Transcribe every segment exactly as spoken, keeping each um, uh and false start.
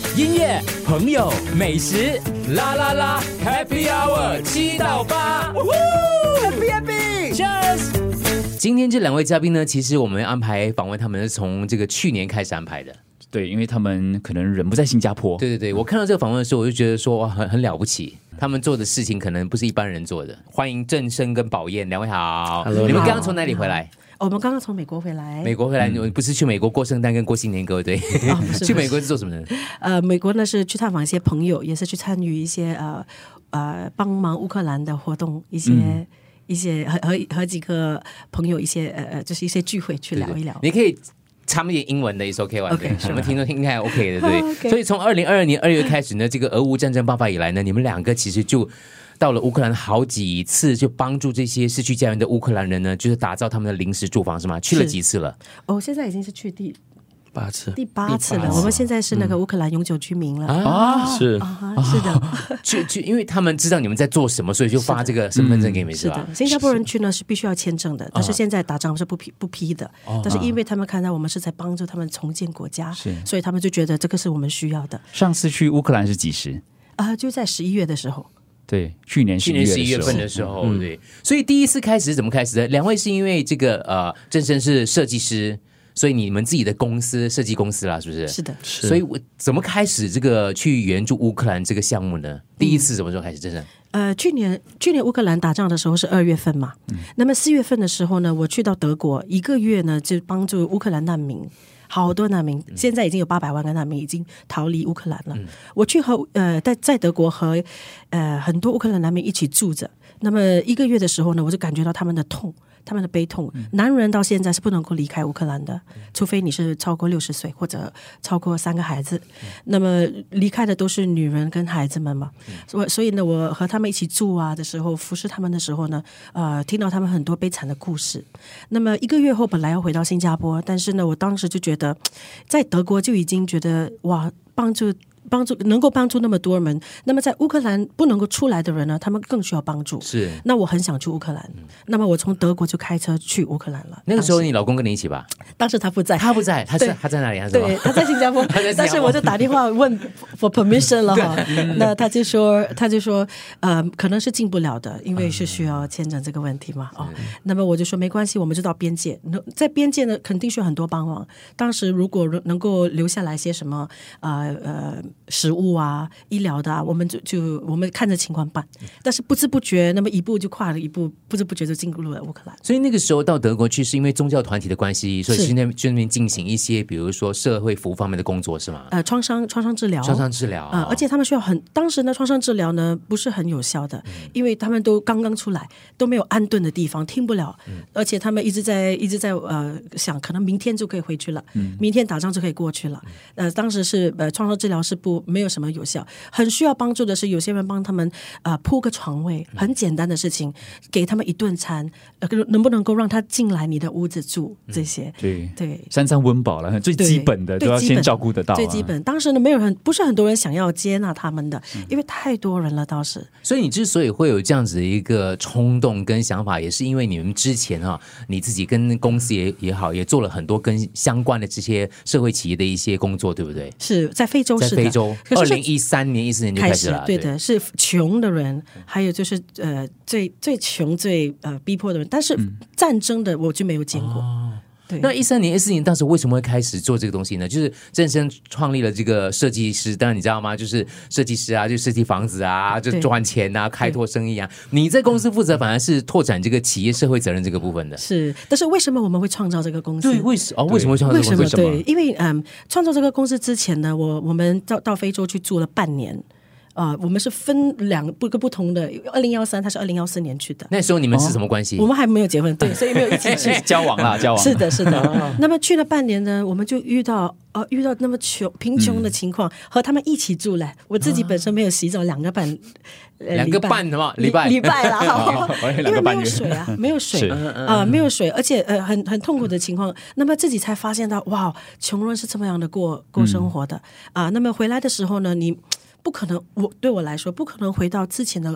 音乐、朋友、美食，啦啦啦 ，Happy Hour 七到八 ，Happy Happy，Cheers！ 今天这两位嘉宾呢，其实我们安排访问他们是从这个去年开始安排的。 对，因为他们可能人不在新加坡。 对对对，我看到这个访问的时候，我就觉得说哇，很很了不起。他们做的事情可能不是一般人做的。欢迎郑生跟宝燕两位好。 Hello， 你们刚刚从哪里回来？ 我们刚刚从美国回来。 美国回来，你们不是去美国过圣诞跟过新年，各位对？ 哦、不是去美国是做什么呢？ 呃，美国呢是去探访一些朋友，也是去参与一些呃呃帮忙乌克兰的活动，一些、嗯、一些和和和几个朋友一些呃呃就是一些聚会去聊一聊。 对对，你可以掺一点英文的也是 OK 完的， okay, 我们听众应该 OK 的，对。 okay. 所以从二零二二年二月开始呢，这个俄乌战争爆发以来呢，你们两个其实就到了乌克兰好几次，就帮助这些失去家园的乌克兰人呢，就是打造他们的临时住房，是吗？去了几次了？ 哦，现在已经是去第八次， 第八次了。我们现在是那个乌克兰永久居民了、 嗯、 啊，是啊，是的。 去去，因为他们知道你们在做什么，所以就发这个身份证给你们，是吧？ 是的，新加坡人去呢是必须要签证的，但是现在打仗是不批不批的。但是因为他们看到我们是在帮助他们重建国家，所以他们就觉得这个是我们需要的。 上次去乌克兰是几时？ 啊、呃，就在十一月的时候。 对，去年去年十一月份的时候，嗯、对，所以第一次开始是怎么开始的？两位是因为这个呃，郑生是设计师，所以你们自己的公司设计公司啦，是不是？ 是的， 是。 所以我怎么开始这个去援助乌克兰这个项目呢？第一次什么时候开始？郑生？ 呃，去年去年乌克兰打仗的时候是二月份嘛，嗯、那么四月份的时候呢，我去到德国一个月呢，就帮助乌克兰难民。好多难民，现在已经有八百万个难民已经逃离乌克兰了。嗯、我去和呃在在德国和呃很多乌克兰难民一起住着，那么一个月的时候呢，我就感觉到他们的痛，他们的悲痛。嗯、男人到现在是不能够离开乌克兰的，嗯、除非你是超过六十岁或者超过三个孩子，嗯、那么离开的都是女人跟孩子们嘛。嗯、所以所以呢，我和他们一起住啊的时候，服侍他们的时候呢，呃，听到他们很多悲惨的故事。那么一个月后本来要回到新加坡，但是呢，我当时就觉得。在德国就已经觉得哇，帮助帮助能够帮助那么多人，那么在乌克兰不能够出来的人呢，他们更需要帮助。 是， 那我很想去乌克兰，嗯、那么我从德国就开车去乌克兰了。 那个时候你老公跟你一起吧？ 当时他不在， 他不在，他是他在哪里？ 对，他在新加坡。但是我就打电话问 for permission 了哈，那他就说他就说呃，可能是进不了的，因为是需要签证这个问题嘛。哦，那么我就说没关系，我们就到边界，在边界呢肯定需要很多帮忙。当时如果能够留下来些什么呃呃食物啊、医疗的啊，我们就就我们看着情况办。但是不知不觉，那么一步就跨了一步，不知不觉就进入了乌克兰。 所以那个时候到德国去，是因为宗教团体的关系，所以去那去那边进行一些，比如说社会服务方面的工作，是吗？ 呃，创伤创伤治疗， 创伤治疗啊、 呃，而且他们需要很，当时呢，创伤治疗呢不是很有效的，嗯、因为他们都刚刚出来，都没有安顿的地方，听不了，嗯、而且他们一直在一直在呃想，可能明天就可以回去了，嗯、明天打仗就可以过去了。呃，当时是呃创伤治疗是不没有什么有效，很需要帮助的是有些人帮他们呃铺个床位，很简单的事情，给他们一顿餐，呃，能不能够让他进来你的屋子住这些？ 嗯、对对， 三餐温饱了，最基本的都要先照顾得到、啊， 最基本。当时呢，没有人，不是很多人想要接纳他们的，嗯、因为太多人了，当时。 所以你之所以会有这样子的一个冲动跟想法，也是因为你们之前哈、啊，你自己跟公司也也好，也做了很多跟相关的这些社会企业的一些工作，对不对？ 是在非洲，是的， 在非洲，二零一三年、一四年就开始了， 对的，是穷的人，还有就是呃最最穷、最呃逼迫的人，但是战争的我就没有见过。哦那一三年、一四年当时为什么会开始做这个东西呢？就是郑生创立了这个设计师，当然你知道吗？就是设计师啊，就设计房子啊，就赚钱啊，开拓生意啊。你在公司负责反而是拓展这个企业社会责任这个部分的。 是，但是为什么我们会创造这个公司？ 对，为什哦？为什么会创造这个公司？ 为什么？对，因为嗯，创造这个公司之前呢，我我们到到非洲去住了半年。啊、呃，我们是分两不个不同的。二零幺三，他是二零幺四年去的。 那时候你们是什么关系？ 哦、我们还没有结婚，对，所以没有一起去交往啦，交往。 是的，是的。那么去了半年呢，我们就遇到呃遇到那么穷贫穷的情况，嗯、和他们一起住嘞。我自己本身没有洗澡两个半， 呃、两个半什么礼拜礼拜啦，因为没有水啊，没有水啊、 呃，没有水，而且呃很很痛苦的情况。那么自己才发现到，哇，穷人是这么样的过过生活的啊、嗯呃。那么回来的时候呢，你。不可能，我对我来说不可能回到之前的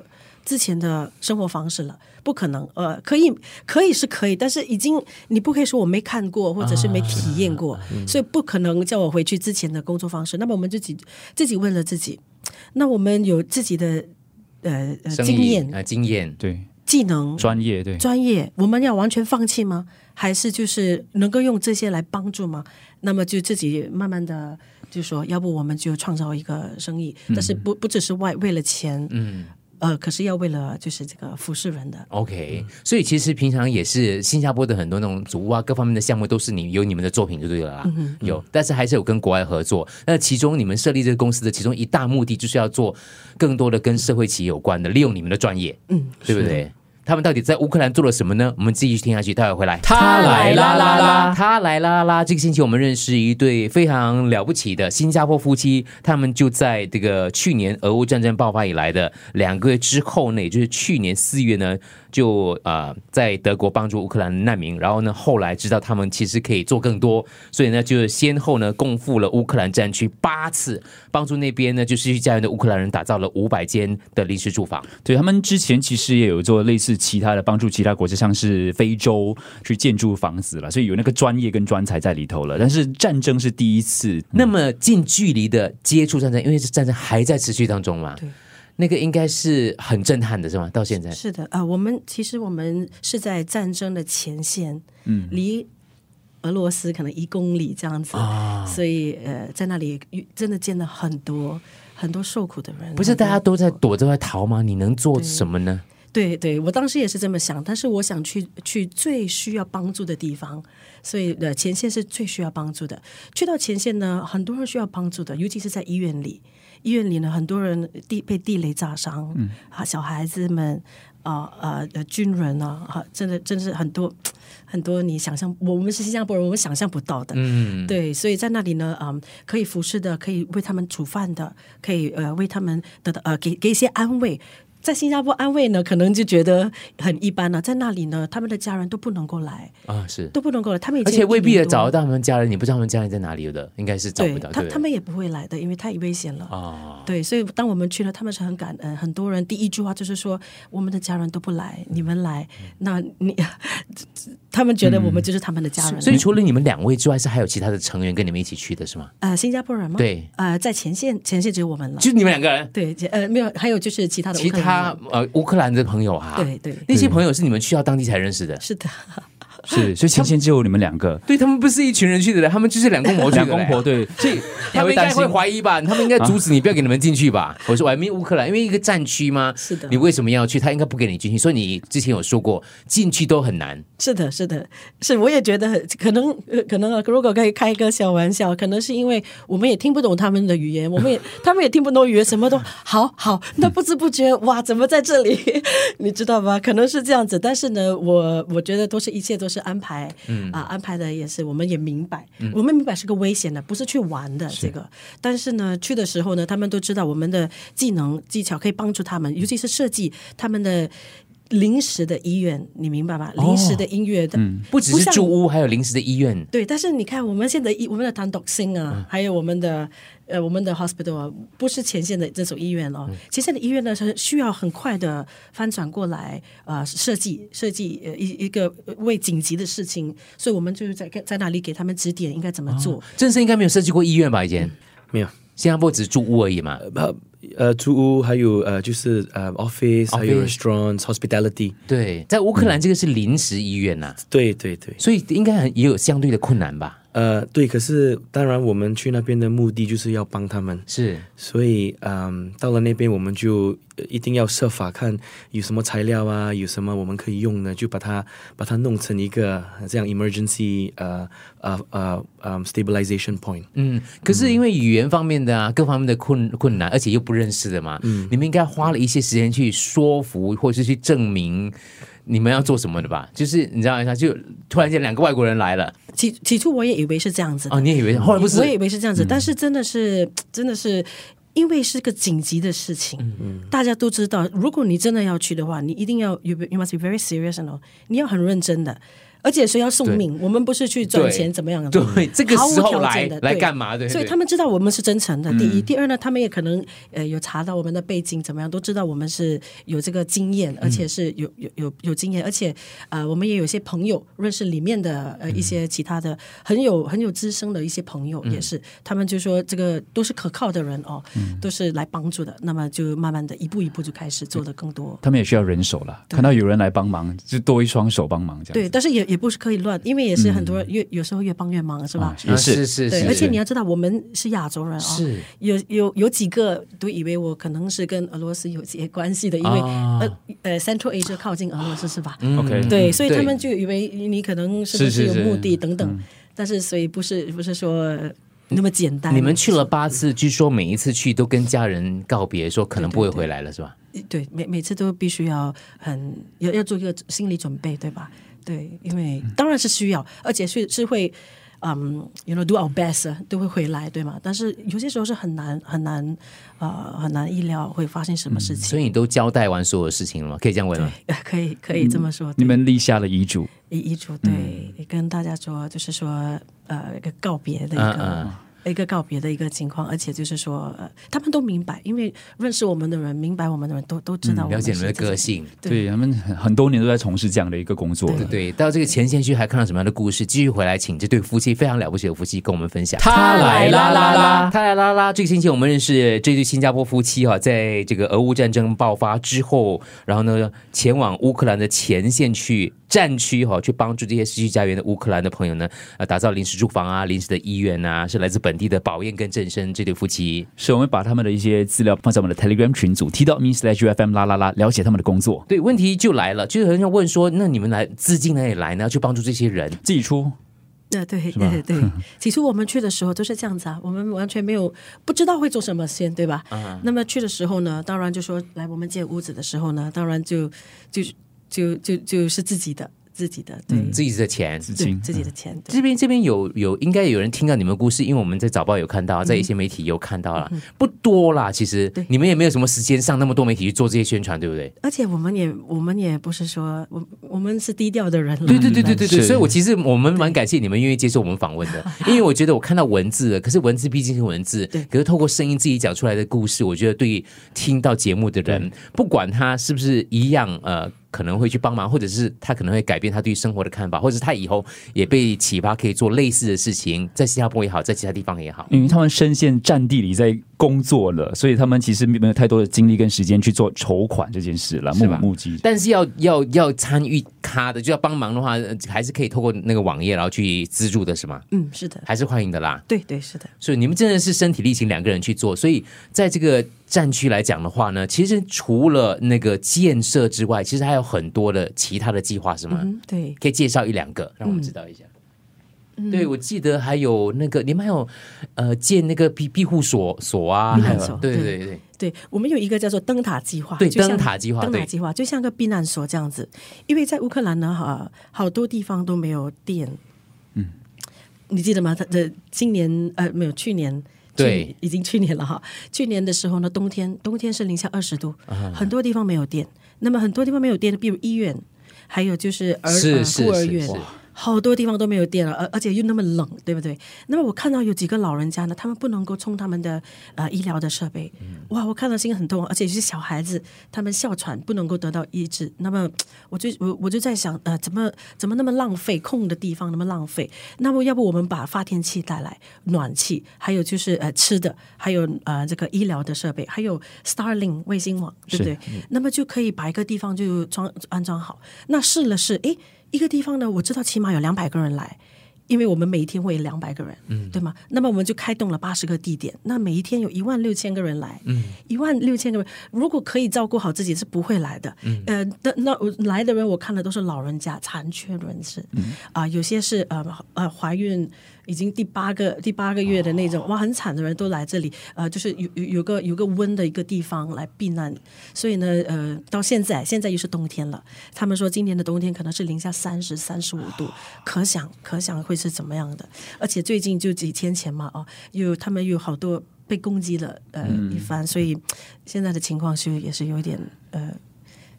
之前的生活方式了，不可能。呃，可以可以是可以，但是已经你不可以说我没看过或者是没体验过，啊嗯、所以不可能叫我回去之前的工作方式。那么我们自己自己问了自己，那我们有自己的呃经验啊、呃、经验对。 技能专业对专业，我们要完全放弃吗？还是就是能够用这些来帮助吗？那么就自己慢慢的就说，要不我们就创造一个生意，嗯、但是不不只是为为了钱，嗯。呃，可是要为了就是这个服侍人的 ，OK，、嗯、所以其实平常也是新加坡的很多那种组屋啊，各方面的项目都是你有你们的作品就对了啦，嗯、有，但是还是有跟国外合作。那其中你们设立这个公司的其中一大目的，就是要做更多的跟社会企业有关的，利用你们的专业，嗯，对不对？他们到底在乌克兰做了什么呢？我们继续听下去，待会回来。 他来啦啦啦， 他来啦啦啦！这个星期我们认识一对非常了不起的新加坡夫妻，他们就在这个去年俄乌战争爆发以来的两个月之后呢，也就是去年四月呢，就呃在德国帮助乌克兰难民，然后呢后来知道他们其实可以做更多，所以呢就先后呢共赴了乌克兰战区八次，帮助那边呢就失去家园的乌克兰人打造了五百间的临时住房。 对，他们之前其实也有做类似其他的帮助其他国家，像是非洲去建筑房子了，所以有那个专业跟专才在里头了。但是战争是第一次，嗯、 那么近距离的接触战争，因为这战争还在持续当中嘛， 对， 那个应该是很震撼的，是吗？到现在是的啊、呃，我们其实我们是在战争的前线，嗯，离俄罗斯可能一公里这样子，啊、所以呃，在那里真的见了很多很多受苦的人。 不是大家都在躲着在逃吗？你能做什么呢？ 对对，我当时也是这么想，但是我想去去最需要帮助的地方，所以呃前线是最需要帮助的。去到前线呢，很多人需要帮助的，尤其是在医院里。医院里呢，很多人地被地雷炸伤，嗯，啊，小孩子们啊啊、呃、军人啊，哈，真的真的是很多很多你想象，我们是新加坡人，我们想象不到的，嗯，对，所以在那里呢，嗯，可以服侍的，可以为他们煮饭的，可以呃为他们得到呃给给一些安慰。在新加坡安慰呢，可能就觉得很一般了。在那里呢，他们的家人都不能够来啊，是都不能够来，他们已经而且未必也找得到他们家人，你不知道他们家人在哪里的，应该是找不到。 对，他对他们也不会来的，因为太危险了啊。对，所以当我们去了，他们是很感恩。很多人第一句话就是说，我们的家人都不来，你们来，那你他们觉得我们就是他们的家人。 嗯、所以除了你们两位之外，是还有其他的成员跟你们一起去的是吗？ 呃，新加坡人吗？ 对， 呃，在前线，前线只有我们了， 就你们两个人。 对，呃，没有，还有就是其他的乌克兰其他呃乌克兰的朋友啊， 对对， 那些朋友是你们去到当地才认识的， 是的。 是，所以前线只有你们两个， 对他们不是一群人去的，他们就是两公婆去的， 两公婆对， 所以他们应该会怀疑吧？他们应该阻止你，不要给你们进去吧？我说我还没乌克兰，因为一个战区嘛， 是的， 你为什么要去？他应该不给你进去，所以你之前有说过进去都很难。 是的，是的，是，我也觉得可能可能如果可以开一个小玩笑，可能是因为我们也听不懂他们的语言，我们也他们也听不懂语言，什么都好好，那不知不觉哇，怎么在这里？你知道吧？可能是这样子，但是呢，我我觉得都是一切都是安排。嗯啊，安排的也是，我们也明白，嗯、我们明白是个危险的，不是去玩的这个。但是呢，去的时候呢，他们都知道我们的技能技巧可以帮助他们，尤其是设计他们的临时的医院，你明白吧？哦、临时的音乐的、嗯， 不只是住屋，还有临时的医院。 对，但是你看，我们现在我们的唐独星啊，嗯、还有我们的呃我们的 hospital 啊，不是前线的这种医院哦，嗯、前线的医院呢是需要很快的翻转过来，呃，设计设计呃一一个为紧急的事情，所以我们就是在在那里给他们指点应该怎么做。哦、 郑生应该没有设计过医院吧？以前、嗯、 没有， 新加坡只住屋而已嘛。 呃呃，租屋还有呃，就是呃 ，office，, office 还有 restaurants，hospitality。 对，在乌克兰这个是临时医院呐、啊嗯。对对对， 所以应该也有相对的困难吧？ 呃，对，可是当然，我们去那边的目的就是要帮他们， 是， 所以嗯，到了那边我们就一定要设法看有什么材料啊，有什么我们可以用的，就把它把它弄成一个这样 emergency 呃呃呃呃 stabilization point。 嗯，可是因为语言方面的啊，各方面的困困难，而且又不认识的嘛，嗯，你们应该花了一些时间去说服，或者是去证明。你们要做什么的吧？就是你知道，他就突然间两个外国人来了。 起起初我也以为是这样子的。 哦，你也以为？后来不是？ 我也以为是这样子，嗯、但是真的是，真的是。因为是个紧急的事情，嗯、大家都知道，如果你真的要去的话，你一定要 you, you must be very serious 哦，你要很认真的。 而且谁要送命，我们不是去赚钱怎么样的， 对，这个时候来的来干嘛？对， 所以他们知道我们是真诚的。第一，第二呢，他们也可能呃有查到我们的背景怎么样，都知道我们是有这个经验，而且是有有有有经验，而且呃我们也有些朋友认识里面的呃一些其他的很有很有资深的一些朋友，也是他们就说这个都是可靠的人哦，都是来帮助的。那么就慢慢的一步一步就开始做的更多。 他们也需要人手了，看到有人来帮忙，就多一双手帮忙这样。 对，但是也也不是可以乱，因为也是很多人越有时候越帮越忙，是吧？ 也是是对，而且你要知道，我们是亚洲人哦， 是有有有几个都以为我可能是跟俄罗斯有些关系的，因为呃呃 Central Asia 靠近俄罗斯是吧 ？OK， 对，所以他们就以为你可能是不是有目的等等，但是所以不是不是说那么简单。 你们去了八次，据说每一次去都跟家人告别，说可能不会回来了，是吧？ 对，每每次都必须要很要要做一个心理准备，对吧？对，因为当然是需要，而且是是会，嗯 ，you know do our best 都会回来，对吗？但是有些时候是很难很难，呃，很难意料会发生什么事情。 嗯、所以你都交代完所有事情了吗？可以这样问吗？ 对，可以可以这么说。 嗯、你们立下了遗嘱， 遗遗嘱对、嗯，也跟大家说，就是说，呃，一个告别的一个。嗯嗯一个告别的一个情况，而且就是说、呃、他们都明白，因为认识我们的人，明白我们的人都都知道我们、 嗯、了解你们的个性， 对, 对他们很多年都在从事这样的一个工作， 对对。到这个前线区还看到什么样的故事？继续回来，请这对夫妻非常了不起的夫妻跟我们分享。 他来啦啦啦， 他来啦啦！这个星期我们认识这对新加坡夫妻哈、啊，在这个俄乌战争爆发之后，然后呢前往乌克兰的前线去战区哈、啊，去帮助这些失去家园的乌克兰的朋友呢，呃，打造临时住房啊、临时的医院啊，是来自本地的宝燕跟郑生这对夫妻。 是我们把他们的一些资料放在我们的 Telegram 群组，提到 me slash U F M 啦啦啦，了解他们的工作。 对，问题就来了，就是很多人问说，那你们来资金哪里来呢？要去帮助这些人， 自己出。 对对对对，起初我们去的时候都是这样子啊，我们完全没有不知道会做什么先，对吧？嗯、那么去的时候呢，当然就说来我们借屋子的时候呢，当然就就就就就是自己的。自己的对、嗯、 自己的钱， 资金自己的钱。 这边这边有有应该有人听到你们的故事，因为我们在早报有看到，在一些媒体有看到了，嗯、不多啦。其实你们也没有什么时间上那么多媒体去做这些宣传，对不对？ 而且我们也我们也不是说我我们是低调的人了。 对对对对对对，所以我其实我们蛮感谢你们愿意接受我们访问的，因为我觉得我看到文字了，可是文字毕竟是文字，可是透过声音自己讲出来的故事，我觉得对听到节目的人，不管他是不是一样呃。可能会去帮忙，或者是他可能会改变他对生活的看法，或者是他以后也被启发可以做类似的事情，在新加坡也好，在其他地方也好， 因为他们深陷战地里在工作了，所以他们其实没有太多的精力跟时间去做筹款这件事了，募募集。 但是要要要参与他的，就要帮忙的话，还是可以透过那个网页然后去资助的，是吗？ 嗯，是的， 还是欢迎的啦。 对对是的， 所以你们真的是身体力行两个人去做，所以在这个战区来讲的话呢，其实除了那个建设之外，其实还有很多的其他的计划，是吗？ 嗯、对， 可以介绍一两个，让我们知道一下。嗯、对，我记得还有那个，你们还有呃建那个庇庇护所所啊，还有对对对对， 对我们有一个叫做灯塔计划， 对灯塔计划， 灯塔计划就像个避难所这样子，因为在乌克兰呢，哈，好多地方都没有电，嗯，你记得吗？他的今年呃没有去年。 对， 已经去年了哈。去年的时候呢，冬天冬天是零下二十度、啊，很多地方没有电。那么很多地方没有电，比如医院，还有就是儿是呃孤儿院。 是是是好多地方都没有电了，而而且又那么冷，对不对？那么我看到有几个老人家呢，他们不能够充他们的呃医疗的设备，哇，我看到心很痛，而且是小孩子，他们哮喘不能够得到医治。那么我就我我就在想，呃，怎么怎么那么浪费，空的地方那么浪费？那么要不我们把发电器带来，暖气，还有就是呃吃的，还有呃这个医疗的设备，还有 Starlink 卫星网，对不对？嗯、那么就可以把一个地方就装安装好。那试了试，诶。一个地方呢，我知道起码有两百个人来，因为我们每一天会有两百个人，嗯，对吗？那么我们就开动了八十个地点，那每一天有一万六千个人来，嗯，一万六千个人，如果可以照顾好自己是不会来的，嗯，呃，那那来的人我看的都是老人家、残缺人士，嗯，啊、呃，有些是呃呃怀孕。已经第八个第八个月的那种、哦、哇，很惨的人都来这里，呃，就是有有有个有个温的一个地方来避难，所以呢，呃，到现在现在又是冬天了，他们说今年的冬天可能是零下三十三十五度，可想可想会是怎么样的，而且最近就几天前嘛，哦，有他们有好多被攻击了，呃，嗯、一番，所以现在的情况是也是有点呃。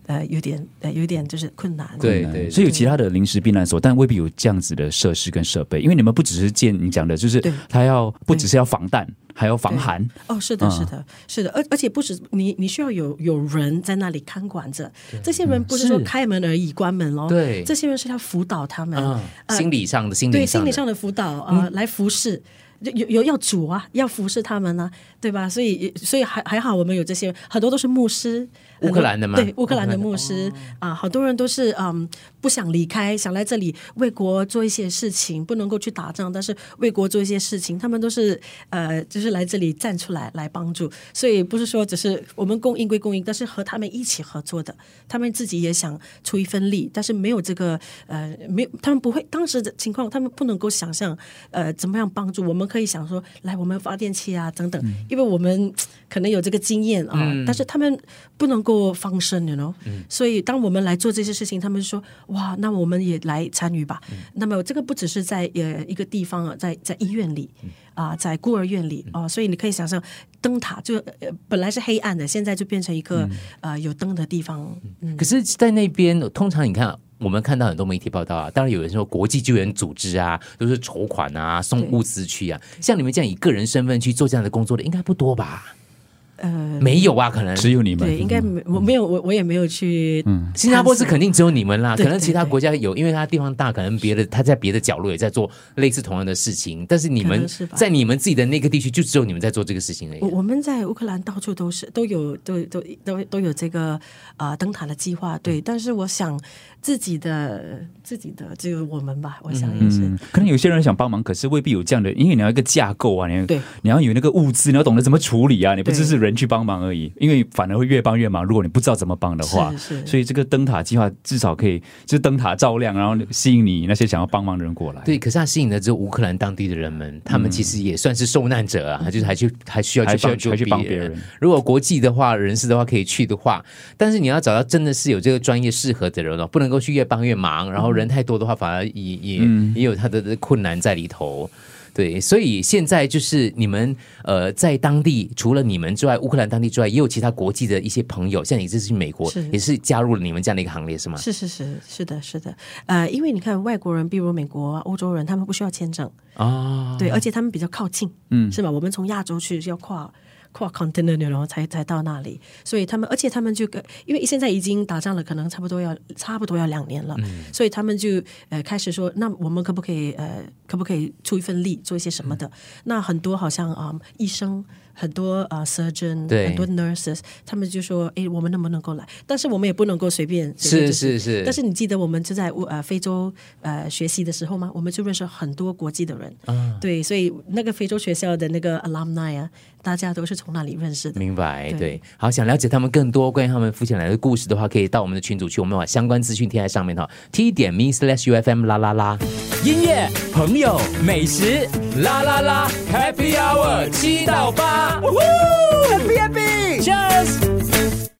呃有点呃有点就是困难。 对对， 所以有其他的临时避难所，但未必有这样子的设施跟设备，因为你们不只是建你讲的，就是它要不只是要防弹，还要防寒。 哦，是的，是的，嗯、是的，而而且不止你，你需要有有人在那里看管着。这些人不是说开门而已，关门哦。 对， 这些人是要辅导他们， 嗯呃、心理上的、心理对上的心理上的辅导啊、呃嗯，来服侍。有有要主啊，要服侍他们啊，对吧？所以所以还还好，我们有这些，很多都是牧师， 乌克兰的吗？ 对，乌克兰的牧师、哦、啊，好多人都是嗯不想离开，想来这里为国做一些事情，不能够去打仗，但是为国做一些事情，他们都是呃就是来这里站出来来帮助，所以不是说只是我们供应归供应，但是和他们一起合作的，他们自己也想出一份力，但是没有这个呃没有，他们不会当时的情况，他们不能够想象呃怎么样帮助我们。可以想说来我们发电器啊等等、嗯、因为我们可能有这个经验啊、嗯，但是他们不能够放声 you know、嗯、所以当我们来做这些事情，他们说哇那我们也来参与吧、嗯、那么这个不只是在呃一个地方，在在医院里啊、呃，在孤儿院里啊、呃，所以你可以想象灯塔就、呃、本来是黑暗的，现在就变成一个、嗯、呃有灯的地方、 嗯、可是在那边通常你看我们看到很多媒体报道啊，当然有人说国际救援组织啊，都是筹款啊，送物资去啊。像你们这样以个人身份去做这样的工作的，应该不多吧？呃，没有啊，可能只有你们。 对，应该没，我没有，我我也没有去。 嗯，新加坡是肯定只有你们啦，可能其他国家有，因为它地方大，可能别的他在别的角落也在做类似同样的事情，但是你们在你们自己的那个地区，就只有你们在做这个事情而已。 我我们在乌克兰到处都是都有都都都都有这个啊、呃、灯塔的计划，对，但是我想自己的自己的只有我们吧，我想也是、嗯。 可能有些人想帮忙，可是未必有这样的，因为你要一个架构啊，你要对你要有那个物资，你要懂得怎么处理啊，你不只是人去帮忙而已，因为反而会越帮越忙。如果你不知道怎么帮的话， 是是， 所以这个灯塔计划至少可以就是灯塔照亮，然后吸引你那些想要帮忙的人过来。 对，可是它吸引的只有乌克兰当地的人们，他们其实也算是受难者啊，嗯、就是还去还需要去帮助还去帮别人。 如果国际的话，人士的话可以去的话，但是你要找到真的是有这个专业适合的人哦，不能够去越帮越忙，然后人太多的话，反而也也、嗯、也有他的困难在里头。对，所以现在就是你们呃在当地除了你们之外，乌克兰当地之外，也有其他国际的一些朋友，像你这次去美国也是加入了你们这样的一个行列，是吗？ 是是是是的是的，呃，因为你看外国人，比如美国、欧洲人，他们不需要签证啊、哦，对，而且他们比较靠近，嗯，是吧？我们从亚洲去要跨。跨 continent 然后才才到那里，所以他们，而且他们就因为现在已经打仗了，可能差不多要差不多要两年了，嗯、所以他们就呃开始说，那我们可不可以呃可不可以出一份力做一些什么的？嗯、那很多好像啊、呃、医生。很多啊、呃、surgeon， 很多 nurses， 他们就说，哎，我们能不能够来？但是我们也不能够随便，随便、就是是是。 但是你记得我们就在呃非洲呃学习的时候吗？我们就认识很多国际的人，啊、对，所以那个非洲学校的那个 alumni 啊，大家都是从那里认识的。 明白，对。对好，想了解他们更多关于他们夫妻俩的故事的话，可以到我们的群组去，我们把相关资讯贴在上面哈。T 点 me slash U F M 啦啦啦。 音乐、朋友、美食，啦啦啦 ，Happy Hour 七到八，Happy Happy，Cheers。